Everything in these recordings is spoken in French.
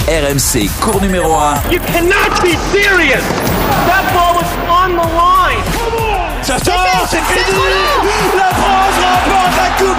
RMC, cours numéro 1. You cannot be serious. That ball was on the line. Ça sort, c'est fini. La France remporte la Coupe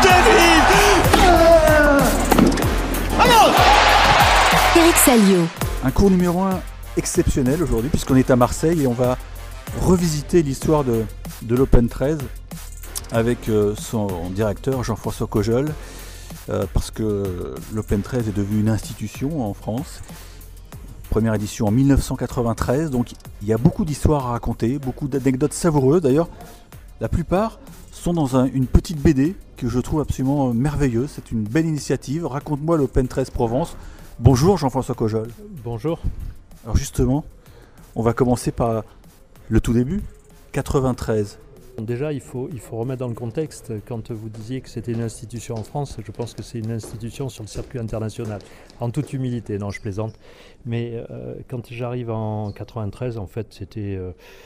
Davis. Vamos. Eric Salio. Un cours numéro 1 exceptionnel aujourd'hui puisqu'on est à Marseille et on va revisiter l'histoire de l'Open 13 avec son directeur Jean-François Cojol parce que l'Open 13 est devenu une institution en France. Première édition en 1993, donc il y a beaucoup d'histoires à raconter, beaucoup d'anecdotes savoureuses. D'ailleurs, la plupart sont dans une petite BD que je trouve absolument merveilleuse. C'est une belle initiative. Raconte-moi l'Open 13 Provence. Bonjour Jean-François Cojol. Bonjour. Alors justement, on va commencer par le tout début, 93. Déjà, il faut remettre dans le contexte. Quand vous disiez que c'était une institution en France, je pense que c'est une institution sur le circuit international. En toute humilité, non, je plaisante. Mais quand j'arrive en 93, en fait, c'était...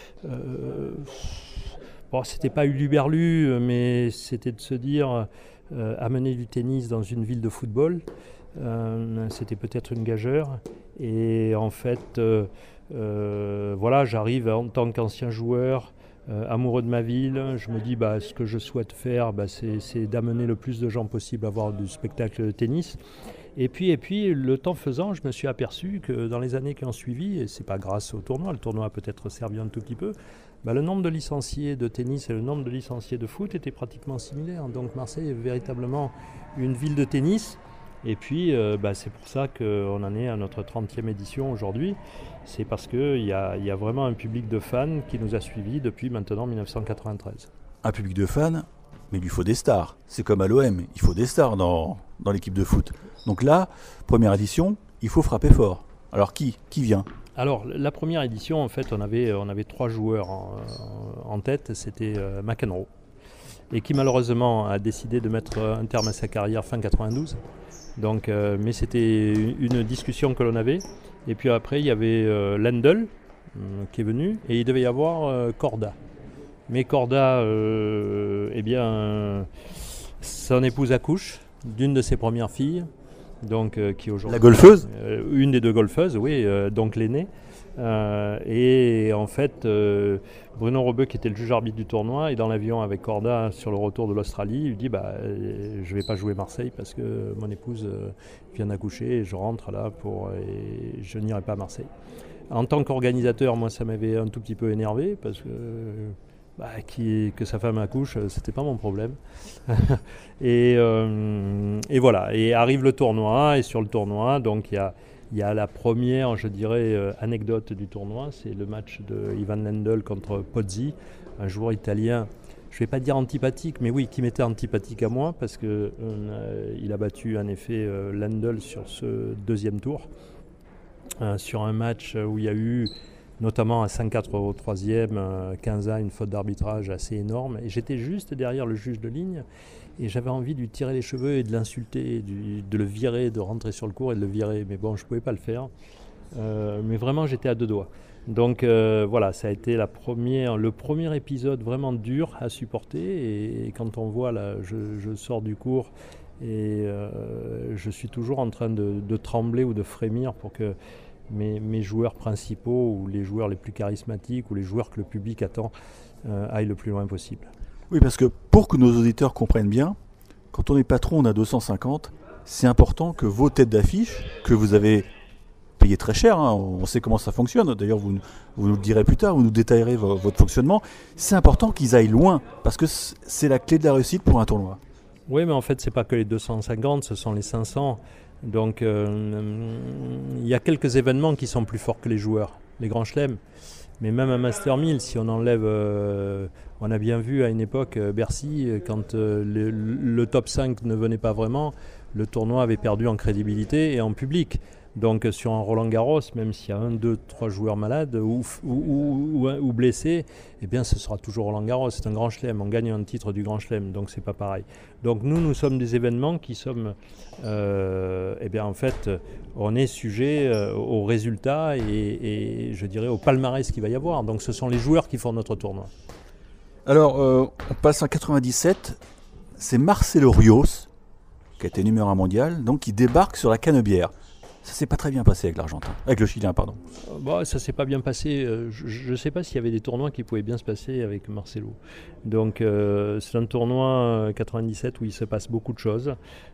c'était pas uluberlu, mais c'était de se dire amener du tennis dans une ville de football. C'était peut-être une gageure. Et en fait, j'arrive en tant qu'ancien joueur, amoureux de ma ville. Je me dis, ce que je souhaite faire, c'est d'amener le plus de gens possible à voir du spectacle de tennis. Et puis, le temps faisant, je me suis aperçu que dans les années qui ont suivi, et c'est pas grâce au tournoi, le tournoi a peut-être servi un tout petit peu, le nombre de licenciés de tennis et le nombre de licenciés de foot étaient pratiquement similaires. Donc Marseille est véritablement une ville de tennis. Et puis, c'est pour ça qu'on en est à notre 30e édition aujourd'hui. C'est parce qu'il y a vraiment un public de fans qui nous a suivis depuis maintenant 1993. Un public de fans, mais il lui faut des stars. C'est comme à l'OM, il faut des stars dans l'équipe de foot. Donc là, première édition, il faut frapper fort. Alors qui vient ? Alors, la première édition, en fait, on avait 3 joueurs en tête. C'était McEnroe, et qui malheureusement a décidé de mettre un terme à sa carrière fin 92. Donc, mais c'était une discussion que l'on avait. Et puis après, il y avait Lendl qui est venu, et il devait y avoir Korda. Mais Korda, son épouse accouche d'une de ses premières filles, donc qui aujourd'hui... La golfeuse une des 2 golfeuses, oui, donc l'aînée. Et en fait, Bruno Rebeu, qui était le juge arbitre du tournoi, est dans l'avion avec Korda sur le retour de l'Australie. Il lui dit je vais pas jouer Marseille parce que mon épouse vient d'accoucher et je rentre là et je n'irai pas à Marseille. En tant qu'organisateur, moi, ça m'avait un tout petit peu énervé parce que que sa femme accouche, c'était pas mon problème. et voilà. Et arrive le tournoi, et sur le tournoi, donc il y a la première, je dirais, anecdote du tournoi, c'est le match de Ivan Lendl contre Pozzi, un joueur italien, je ne vais pas dire antipathique, mais oui, qui m'était antipathique à moi, parce qu'il a battu en effet Lendl sur ce 2e tour, sur un match où il y a eu notamment un 5-4 au 3e, 15-1, une faute d'arbitrage assez énorme, et j'étais juste derrière le juge de ligne, et j'avais envie de lui tirer les cheveux et de l'insulter, de le virer, de rentrer sur le court et de le virer. Mais bon, je ne pouvais pas le faire. Mais vraiment, j'étais à 2 doigts. Donc voilà, ça a été le premier épisode vraiment dur à supporter. Et quand on voit, là, je sors du cours et je suis toujours en train de trembler ou de frémir pour que mes joueurs principaux ou les joueurs les plus charismatiques ou les joueurs que le public attend aillent le plus loin possible. Oui, parce que pour que nos auditeurs comprennent bien, quand on est patron, on a 250, c'est important que vos têtes d'affiche, que vous avez payées très cher, on sait comment ça fonctionne, d'ailleurs vous nous le direz plus tard, vous nous détaillerez votre fonctionnement, c'est important qu'ils aillent loin, parce que c'est la clé de la réussite pour un tournoi. Oui, mais en fait, c'est pas que les 250, ce sont les 500. Donc, il y a quelques événements qui sont plus forts que les joueurs, les grands chelems. Mais même un Master 1000, si on enlève... on a bien vu à une époque, Bercy, quand le top 5 ne venait pas vraiment, le tournoi avait perdu en crédibilité et en public. Donc sur un Roland Garros, même s'il y a 1, 2, 3 joueurs malades ou blessés, eh bien ce sera toujours Roland Garros, c'est un grand chelem, on gagne un titre du grand chelem, donc c'est pas pareil. Donc nous sommes des événements qui sommes, en fait, on est sujet aux résultats et je dirais au palmarès qu'il va y avoir. Donc ce sont les joueurs qui font notre tournoi. Alors on passe en 97, c'est Marcelo Rios, qui a été numéro 1 mondial, donc qui débarque sur la Canebière. Ça s'est pas très bien passé avec l'Argentin, avec le Chilien, pardon. Bon, ça s'est pas bien passé. Je ne sais pas s'il y avait des tournois qui pouvaient bien se passer avec Marcelo. Donc c'est un tournoi 97 où il se passe beaucoup de choses.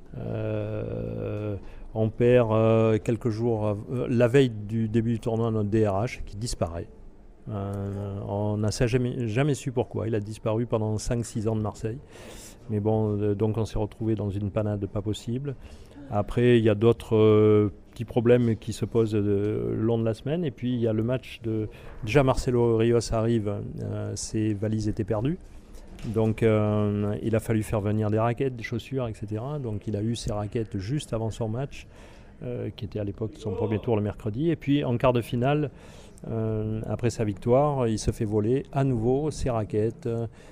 On perd quelques jours, la veille du début du tournoi, notre DRH qui disparaît. On n'a jamais su pourquoi. Il a disparu pendant 5-6 ans de Marseille. Mais bon, donc on s'est retrouvé dans une panade pas possible. Après, il y a d'autres petits problèmes qui se posent le long de la semaine. Et puis, il y a le match de... Déjà, Marcelo Rios arrive, ses valises étaient perdues. Donc, il a fallu faire venir des raquettes, des chaussures, etc. Donc, il a eu ses raquettes juste avant son match, qui était à l'époque son premier tour le mercredi. Et puis, en quart de finale, après sa victoire, il se fait voler à nouveau ses raquettes,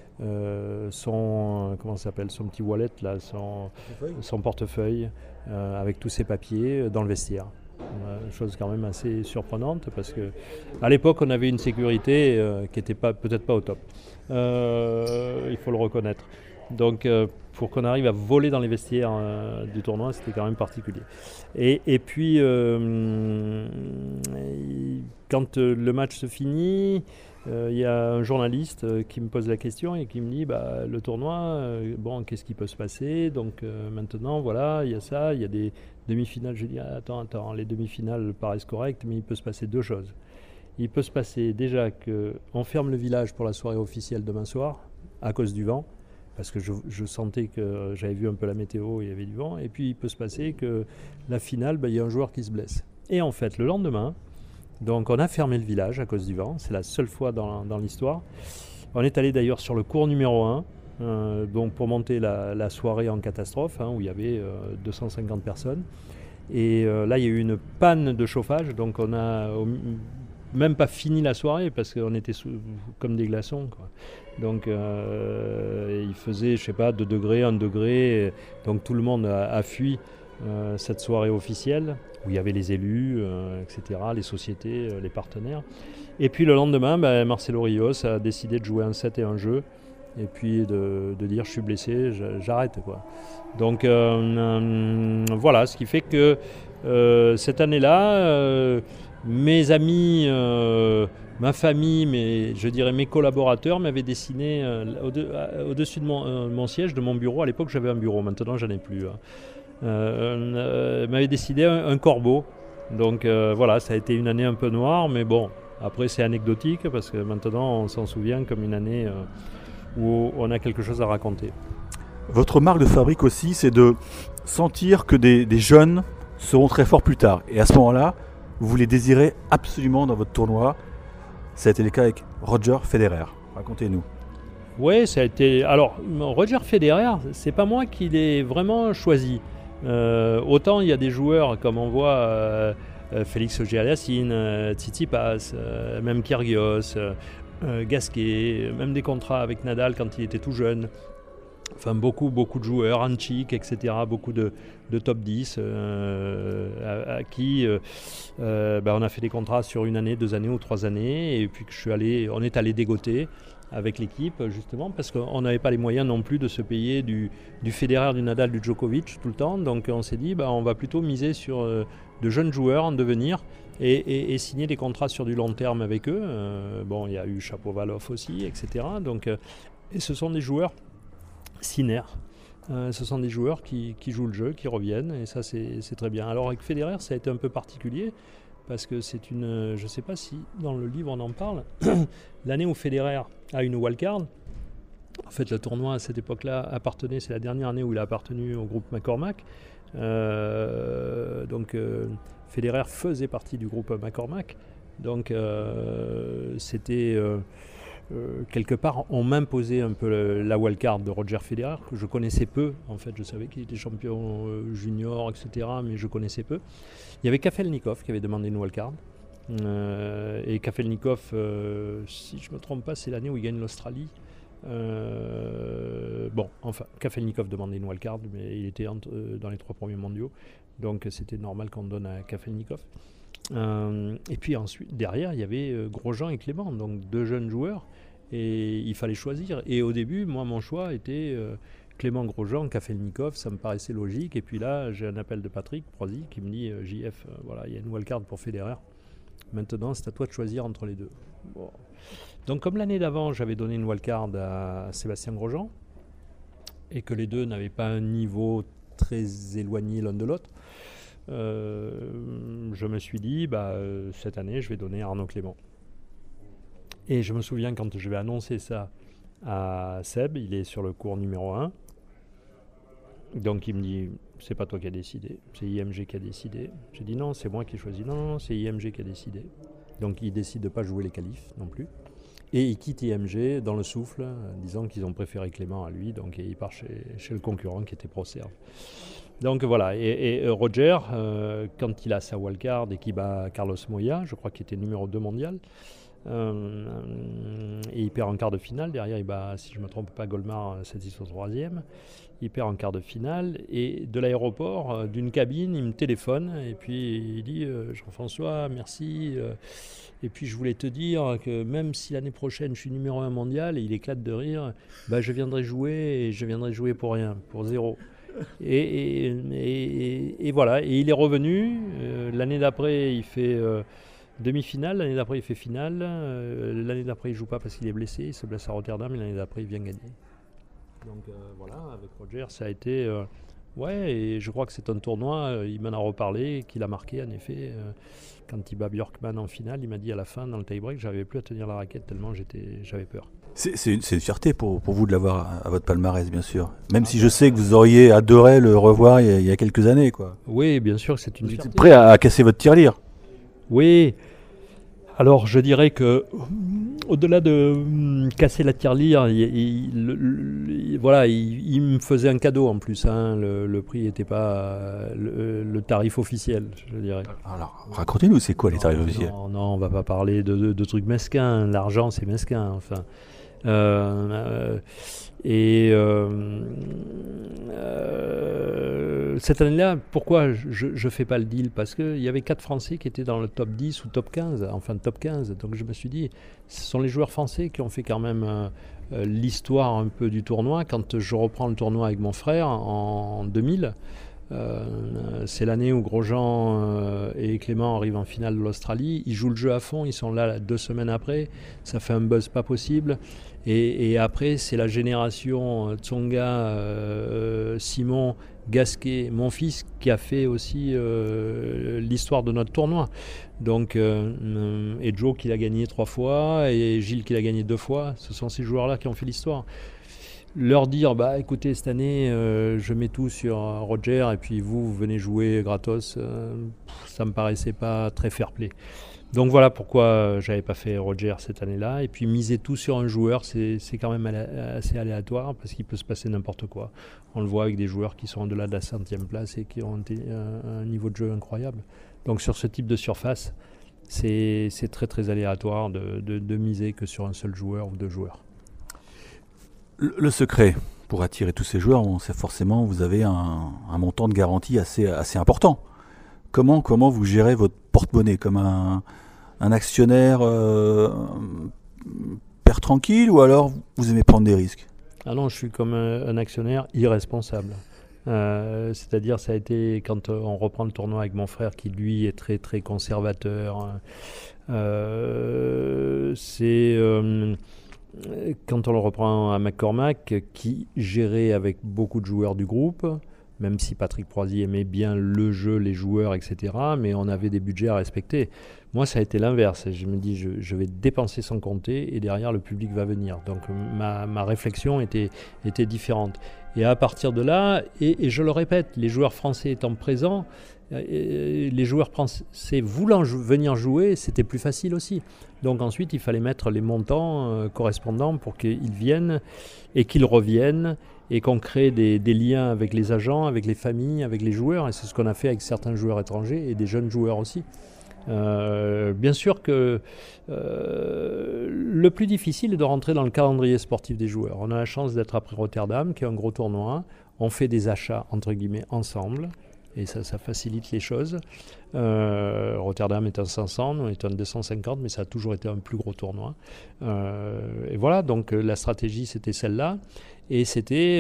son petit wallet, là, son portefeuille, avec tous ses papiers dans le vestiaire. Chose quand même assez surprenante parce que à l'époque on avait une sécurité qui n'était peut-être pas au top. Il faut le reconnaître. Donc pour qu'on arrive à voler dans les vestiaires du tournoi, c'était quand même particulier. Et puis quand le match se finit, il y a un journaliste qui me pose la question et qui me dit le tournoi, qu'est-ce qui peut se passer? Donc maintenant, voilà, il y a ça, il y a des demi-finales. Je dis attends, les demi-finales paraissent correctes, mais il peut se passer deux choses. Il peut se passer déjà qu'on ferme le village pour la soirée officielle demain soir à cause du vent, parce que je sentais que j'avais vu un peu la météo, il y avait du vent. Et puis il peut se passer que la finale, il y a un joueur qui se blesse. Et en fait, le lendemain, donc on a fermé le village à cause du vent, c'est la seule fois dans l'histoire. On est allé d'ailleurs sur le cours numéro 1, donc pour monter la soirée en catastrophe, où il y avait 250 personnes. Et là il y a eu une panne de chauffage, donc on a même pas fini la soirée parce qu'on était comme des glaçons, quoi. Donc il faisait, 2 degrés, 1 degré, donc tout le monde a fui cette soirée officielle où il y avait les élus, etc., les sociétés, les partenaires. Et puis le lendemain, Marcelo Rios a décidé de jouer un set et un jeu, et puis de dire je suis blessé, j'arrête, quoi. Donc voilà, ce qui fait que cette année-là, mes amis, ma famille, je dirais mes collaborateurs m'avaient dessiné au-dessus de mon siège, de mon bureau. À l'époque j'avais un bureau, maintenant j'en ai plus. M'avait décidé un corbeau. Donc voilà, ça a été une année un peu noire, mais bon, après c'est anecdotique parce que maintenant on s'en souvient comme une année où on a quelque chose à raconter. Votre marque de fabrique aussi, c'est de sentir que des jeunes seront très forts plus tard. Et à ce moment-là, vous les désirez absolument dans votre tournoi. Ça a été le cas avec Roger Federer. Racontez-nous. Oui, ça a été... Alors, Roger Federer, c'est pas moi qui l'ai vraiment choisi. Autant il y a des joueurs, comme on voit Félix Auger-Aliassime, Tsitsipas, même Kyrgios, Gasquet, même des contrats avec Nadal quand il était tout jeune. Enfin, beaucoup de joueurs, Anchik, etc., beaucoup de top 10 à qui on a fait des contrats sur 1 année, 2 années ou 3 années, et puis on est allé dégoter avec l'équipe, justement, parce qu'on n'avait pas les moyens non plus de se payer du Federer, du Nadal, du Djokovic tout le temps. Donc on s'est dit, on va plutôt miser sur de jeunes joueurs en devenir et signer des contrats sur du long terme avec eux. Il y a eu Shapovalov aussi, etc. Donc, et ce sont des joueurs sinaires. Ce sont des joueurs qui jouent le jeu, qui reviennent, et ça c'est très bien. Alors avec Federer, ça a été un peu particulier, parce que c'est je ne sais pas si dans le livre on en parle, l'année où Federer a une wildcard. En fait, le tournoi à cette époque-là c'est la dernière année où il a appartenu au groupe McCormack. Federer faisait partie du groupe McCormack. Donc c'était... quelque part, on m'imposait un peu la wildcard de Roger Federer, que je connaissais peu. En fait, je savais qu'il était champion junior, etc., mais je connaissais peu. Il y avait Kafelnikov qui avait demandé une wildcard. Et Kafelnikov, si je ne me trompe pas, c'est l'année où il gagne l'Australie. Kafelnikov demandait une wildcard, mais il était dans les 3 premiers mondiaux. Donc c'était normal qu'on donne à Kafelnikov. Et puis ensuite, derrière, il y avait Grosjean et Clément, donc 2 jeunes joueurs, et il fallait choisir. Et au début, moi, mon choix était Clément Grosjean, Kafelnikov, ça me paraissait logique. Et puis là, j'ai un appel de Patrick Proisy qui me dit JF, voilà, il y a une wildcard pour Federer. Maintenant, c'est à toi de choisir entre les deux. Bon. Donc, comme l'année d'avant, j'avais donné une wildcard à Sébastien Grosjean et que les deux n'avaient pas un niveau très éloigné l'un de l'autre, je me suis dit, cette année, je vais donner à Arnaud Clément. Et je me souviens quand je vais annoncer ça à Seb, il est sur le cours numéro 1. Donc il me dit, c'est pas toi qui as décidé, c'est IMG qui a décidé. J'ai dit non, c'est moi qui ai choisi. Non, c'est IMG qui a décidé. Donc il décide de ne pas jouer les qualifs non plus. Et il quitte IMG dans le souffle, disant qu'ils ont préféré Clément à lui. Donc il part chez le concurrent qui était ProServe. Donc voilà, et Roger, quand il a sa wildcard et qu'il bat Carlos Moya, je crois qu'il était numéro 2 mondial, et il perd en quart de finale. Derrière, il bat, si je ne me trompe pas, Goldmar 7-6 au 3e. Il perd en quart de finale. Et de l'aéroport, d'une cabine, il me téléphone. Et puis il dit Jean-François, merci. Et puis je voulais te dire que même si l'année prochaine je suis numéro 1 mondial, et il éclate de rire, je viendrai jouer et je viendrai jouer pour rien, pour zéro. Et voilà. Et il est revenu. L'année d'après, il fait demi-finale, l'année d'après il fait finale, l'année d'après il joue pas parce qu'il est blessé, il se blesse à Rotterdam et l'année d'après il vient gagner. Donc voilà, avec Roger ça a été et je crois que c'est un tournoi, il m'en a reparlé, qu'il a marqué en effet, quand il bat Björkman en finale, il m'a dit à la fin dans le tie-break, j'arrivais plus à tenir la raquette tellement j'avais peur. C'est une fierté pour vous de l'avoir à votre palmarès, bien sûr. Même si je sais que vous auriez adoré le revoir il y a quelques années, quoi. Oui, bien sûr que c'est une fierté. Vous êtes prêt à casser votre tirelire? Oui, alors je dirais que au-delà de casser la tirelire, il me faisait un cadeau en plus. Le prix n'était pas le tarif officiel, je dirais. Alors, racontez-nous, c'est quoi les tarifs officiels? Non, on ne va pas parler de trucs mesquins. L'argent, c'est mesquin. Enfin. Cette année-là, pourquoi je ne fais pas le deal? Parce qu'il y avait 4 Français qui étaient dans le top 10 ou top 15, enfin top 15. Donc je me suis dit, ce sont les joueurs français qui ont fait quand même l'histoire un peu du tournoi. Quand je reprends le tournoi avec mon frère en 2000, c'est l'année où Grosjean et Clément arrivent en finale de l'Australie. Ils jouent le jeu à fond, ils sont là 2 semaines après. Ça fait un buzz pas possible. Et après, c'est la génération Tsonga, Simon, Gasquet, mon fils, qui a fait aussi l'histoire de notre tournoi. Donc, et Joe qui l'a gagné 3 fois, et Gilles qui l'a gagné 2 fois. Ce sont ces joueurs-là qui ont fait l'histoire. Leur dire, écoutez, cette année, je mets tout sur Roger, et puis vous venez jouer gratos, ça me paraissait pas très fair-play. Donc voilà pourquoi j'avais pas fait Roger cette année-là. Et puis miser tout sur un joueur, c'est quand même assez aléatoire parce qu'il peut se passer n'importe quoi. On le voit avec des joueurs qui sont au-delà de la 100e place et qui ont un niveau de jeu incroyable. Donc sur ce type de surface, c'est très très aléatoire de miser que sur un seul joueur ou 2 joueurs. Le secret pour attirer tous ces joueurs, c'est forcément vous avez un montant de garantie assez important. Comment vous gérez votre porte-monnaie comme un actionnaire perd tranquille ou alors vous aimez prendre des risques? Ah non, je suis comme un actionnaire irresponsable. C'est-à-dire, ça a été quand on reprend le tournoi avec mon frère qui lui est très très conservateur. C'est quand on le reprend à McCormack qui gérait avec beaucoup de joueurs du groupe. Même si Patrick Proisy aimait bien le jeu, les joueurs, etc. Mais on avait des budgets à respecter. Moi, ça a été l'inverse. Je me dis, je vais dépenser sans compter et derrière, le public va venir. Donc, ma réflexion était différente. Et à partir de là, et je le répète, les joueurs français étant présents, les joueurs français voulant venir jouer, c'était plus facile aussi. Donc ensuite, il fallait mettre les montants correspondants pour qu'ils viennent et qu'ils reviennent et qu'on crée des liens avec les agents, avec les familles, avec les joueurs. Et c'est ce qu'on a fait avec certains joueurs étrangers et des jeunes joueurs aussi. Bien sûr que le plus difficile est de rentrer dans le calendrier sportif des joueurs. On a la chance d'être après Rotterdam, qui est un gros tournoi. On fait des achats, entre guillemets, ensemble. et ça facilite les choses. Rotterdam est un 500, on est un 250, mais ça a toujours été un plus gros tournoi. Et voilà, donc la stratégie c'était celle-là, et c'était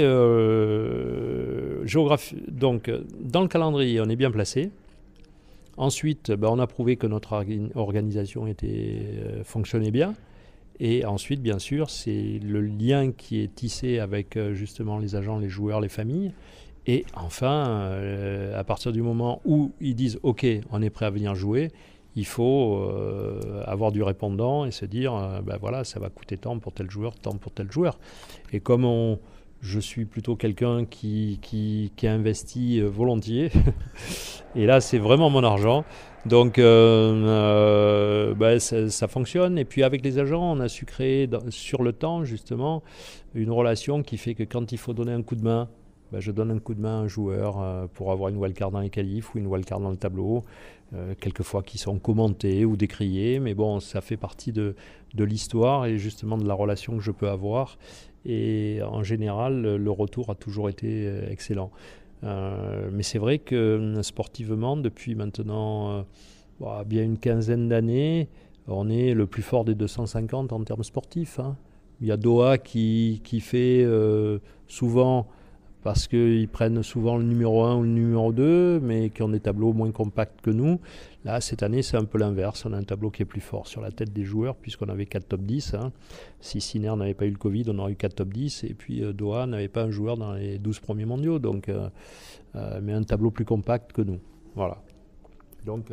donc dans le calendrier on est bien placé. Ensuite, on a prouvé que notre organisation fonctionnait bien. Et ensuite, bien sûr, c'est le lien qui est tissé avec justement les agents, les joueurs, les familles. Et enfin, à partir du moment où ils disent « Ok, on est prêt à venir jouer », il faut avoir du répondant et se dire voilà, ça va coûter tant pour tel joueur, tant pour tel joueur. Et comme je suis plutôt quelqu'un qui investit volontiers, et là c'est vraiment mon argent, donc ça fonctionne. Et puis avec les agents, on a su créer sur le temps justement une relation qui fait que quand il faut donner un coup de main, je donne un coup de main à un joueur pour avoir une wildcard dans les qualifs ou une wildcard dans le tableau, quelquefois qui sont commentés ou décriés, mais bon, ça fait partie de l'histoire et justement de la relation que je peux avoir. Et en général, le retour a toujours été excellent. Mais c'est vrai que sportivement, depuis maintenant bien une quinzaine d'années, on est le plus fort des 250 en termes sportifs. Il y a Doha qui fait souvent, parce qu'ils prennent souvent le numéro 1 ou le numéro 2, mais qui ont des tableaux moins compacts que nous. Là, cette année, c'est un peu l'inverse. On a un tableau qui est plus fort sur la tête des joueurs, puisqu'on avait 4 top 10. Si Sinner n'avait pas eu le Covid, on aurait eu 4 top 10. Et puis Doha n'avait pas un joueur dans les 12 premiers mondiaux, donc, mais un tableau plus compact que nous. Voilà. Donc,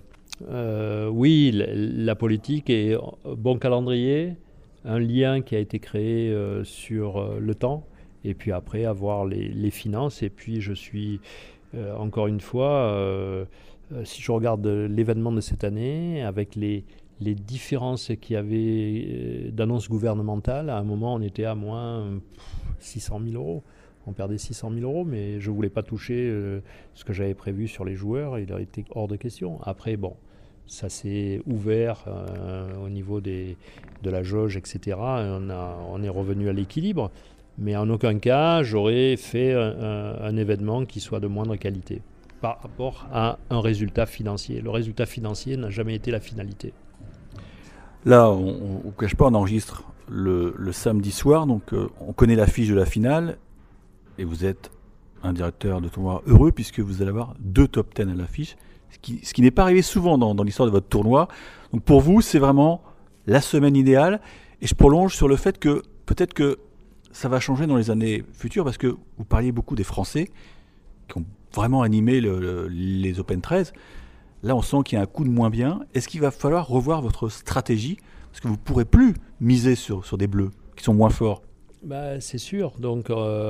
oui, la politique est bon calendrier, un lien qui a été créé sur le temps. Et puis après, avoir les finances. Et puis, je suis, encore une fois, si je regarde l'événement de cette année, avec les différences qu'il y avait d'annonces gouvernementales, à un moment, on était à moins 600 000 euros. On perdait 600 000 euros, mais je ne voulais pas toucher ce que j'avais prévu sur les joueurs. Il aurait été hors de question. Après, bon, ça s'est ouvert au niveau de la jauge, etc. On est revenu à l'équilibre. Mais en aucun cas, j'aurais fait un événement qui soit de moindre qualité par rapport à un résultat financier. Le résultat financier n'a jamais été la finalité. Là, on ne cache pas, on enregistre le samedi soir, donc on connaît l'affiche de la finale, et vous êtes un directeur de tournoi heureux puisque vous allez avoir 2 top 10 à l'affiche, ce qui n'est pas arrivé souvent dans l'histoire de votre tournoi. Donc pour vous, c'est vraiment la semaine idéale, et je prolonge sur le fait que peut-être que ça va changer dans les années futures, parce que vous parliez beaucoup des Français qui ont vraiment animé les Open 13. Là, on sent qu'il y a un coup de moins bien. Est-ce qu'il va falloir revoir votre stratégie ? Parce que vous ne pourrez plus miser sur des bleus qui sont moins forts. C'est sûr. Donc,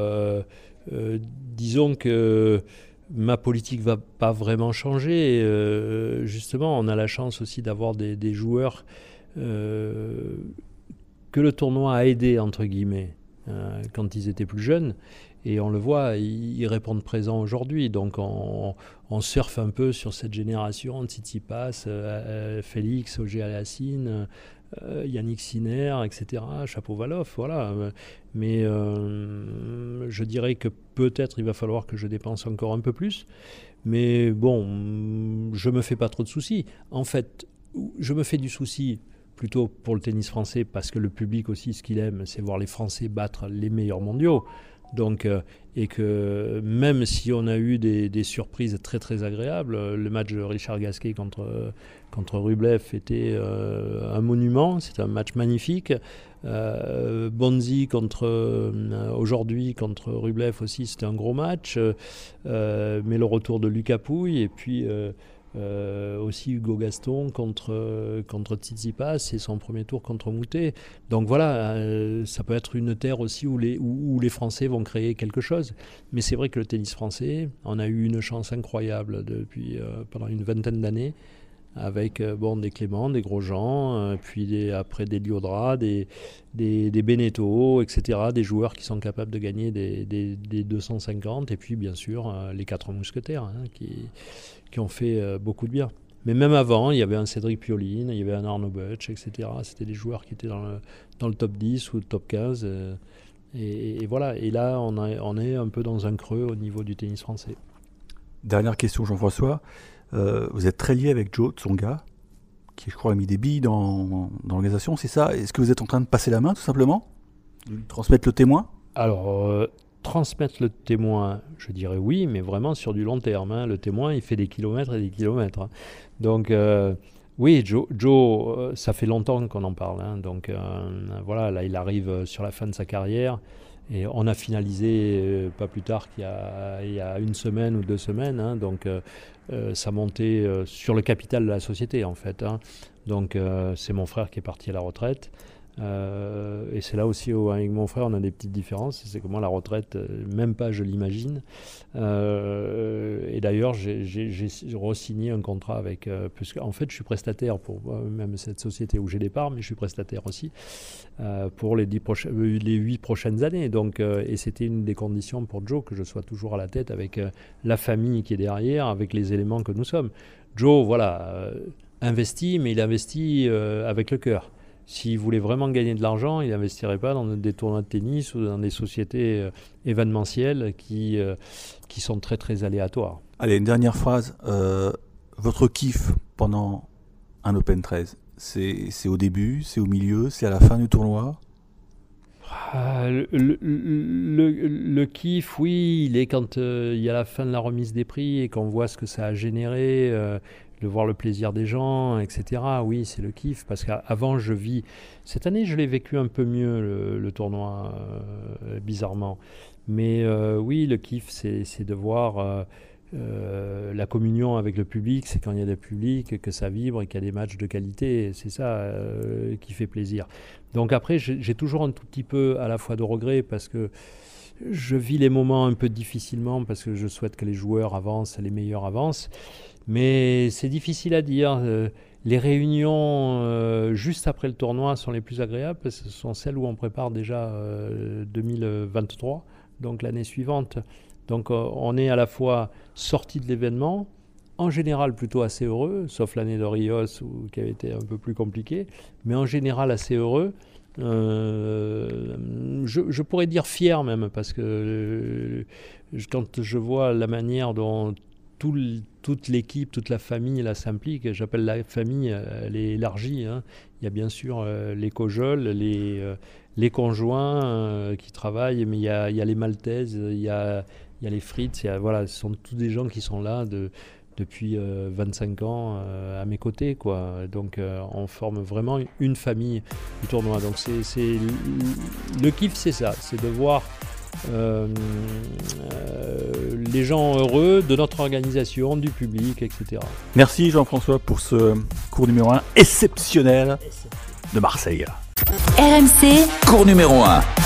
disons que ma politique ne va pas vraiment changer. Justement, on a la chance aussi d'avoir des joueurs que le tournoi a aidés, entre guillemets. Quand ils étaient plus jeunes, et on le voit, ils répondent présents aujourd'hui. Donc on surfe un peu sur cette génération, Tsitsipas, Félix, Auger-Aliassime, Yannick Sinner, etc., Shapovalov, voilà. Mais je dirais que peut-être il va falloir que je dépense encore un peu plus. Mais bon, je me fais pas trop de soucis. En fait, je me fais du souci plutôt pour le tennis français, parce que le public aussi, ce qu'il aime, c'est voir les Français battre les meilleurs mondiaux. Donc, et que même si on a eu des surprises très très agréables, le match de Richard Gasquet contre Rublev était un monument, c'était un match magnifique. Bonzi aujourd'hui contre Rublev aussi, c'était un gros match. Mais le retour de Lucas Pouille, et puis aussi Hugo Gaston contre Tsitsipas, c'est son premier tour contre Moutet. Donc voilà, ça peut être une terre aussi où les Français vont créer quelque chose. Mais c'est vrai que le tennis français, on a eu une chance incroyable pendant une vingtaine d'années, avec des Clément, des Grosjean, puis après des Liodra, des Beneteau, etc., des joueurs qui sont capables de gagner des 250, et puis bien sûr les 4 mousquetaires qui ont fait beaucoup de bien. Mais même avant, il y avait un Cédric Pioline, il y avait un Arnaud Butch, etc. C'était des joueurs qui étaient dans le top 10 ou le top 15. Et voilà. Et là, on est un peu dans un creux au niveau du tennis français. Dernière question, Jean-François. Vous êtes très lié avec Joe Tsonga, qui je crois a mis des billes dans l'organisation, c'est ça? Est-ce que vous êtes en train de passer la main tout simplement? Transmettre le témoin? Alors, transmettre le témoin, je dirais oui, mais vraiment sur du long terme. Hein. Le témoin, il fait des kilomètres et des kilomètres. Hein. Donc, oui, Joe, ça fait longtemps qu'on en parle. Hein. Donc, voilà, là, il arrive sur la fin de sa carrière. Et on a finalisé pas plus tard qu'il y a 1 semaine ou 2 semaines. Hein. Donc, sa montée sur le capital de la société, en fait. Hein. Donc, c'est mon frère qui est parti à la retraite. Et c'est là aussi où avec mon frère on a des petites différences, c'est que moi la retraite même pas je l'imagine, et d'ailleurs j'ai re-signé un contrat avec puisque en fait je suis prestataire pour même cette société où j'ai des parts, mais je suis prestataire aussi pour les 8 prochaines années, donc et c'était une des conditions pour Joe que je sois toujours à la tête avec la famille qui est derrière, avec les éléments que nous sommes. Joe voilà investit, mais il investit avec le cœur. S'il voulait vraiment gagner de l'argent, il n'investirait pas dans des tournois de tennis ou dans des sociétés événementielles qui sont très très aléatoires. Allez, une dernière phrase. Votre kiff pendant un Open 13, c'est au début, c'est au milieu, c'est à la fin du tournoi? Le kiff, oui, il est quand il y a la fin de la remise des prix et qu'on voit ce que ça a généré, de voir le plaisir des gens, etc. Oui, c'est le kiff, parce qu'avant, je vis... Cette année, je l'ai vécu un peu mieux, le tournoi, bizarrement. Mais oui, le kiff, c'est de voir la communion avec le public, c'est quand il y a du public, que ça vibre et qu'il y a des matchs de qualité, c'est ça qui fait plaisir. Donc après, j'ai toujours un tout petit peu à la fois de regret, parce que je vis les moments un peu difficilement, parce que je souhaite que les joueurs avancent, les meilleurs avancent. Mais c'est difficile à dire. Les réunions juste après le tournoi sont les plus agréables, parce que ce sont celles où on prépare déjà 2023, donc l'année suivante. Donc on est à la fois sorti de l'événement, en général plutôt assez heureux, sauf l'année de Rios qui avait été un peu plus compliquée, mais en général assez heureux. Je pourrais dire fier même, parce que quand je vois la manière dont toute l'équipe, toute la famille là s'implique, j'appelle la famille, elle est élargie. Hein. Il y a bien sûr les Cojols, les conjoints qui travaillent, mais il y a les Maltaises, il y a les Fritz, voilà, ce sont tous des gens qui sont là depuis 25 ans à mes côtés, quoi. Donc on forme vraiment une famille du tournoi. Donc c'est le kiff, c'est ça, c'est de voir les gens heureux de notre organisation, du public, etc. Merci Jean-François pour ce cours numéro 1 exceptionnel de Marseille. RMC, Cours numéro 1.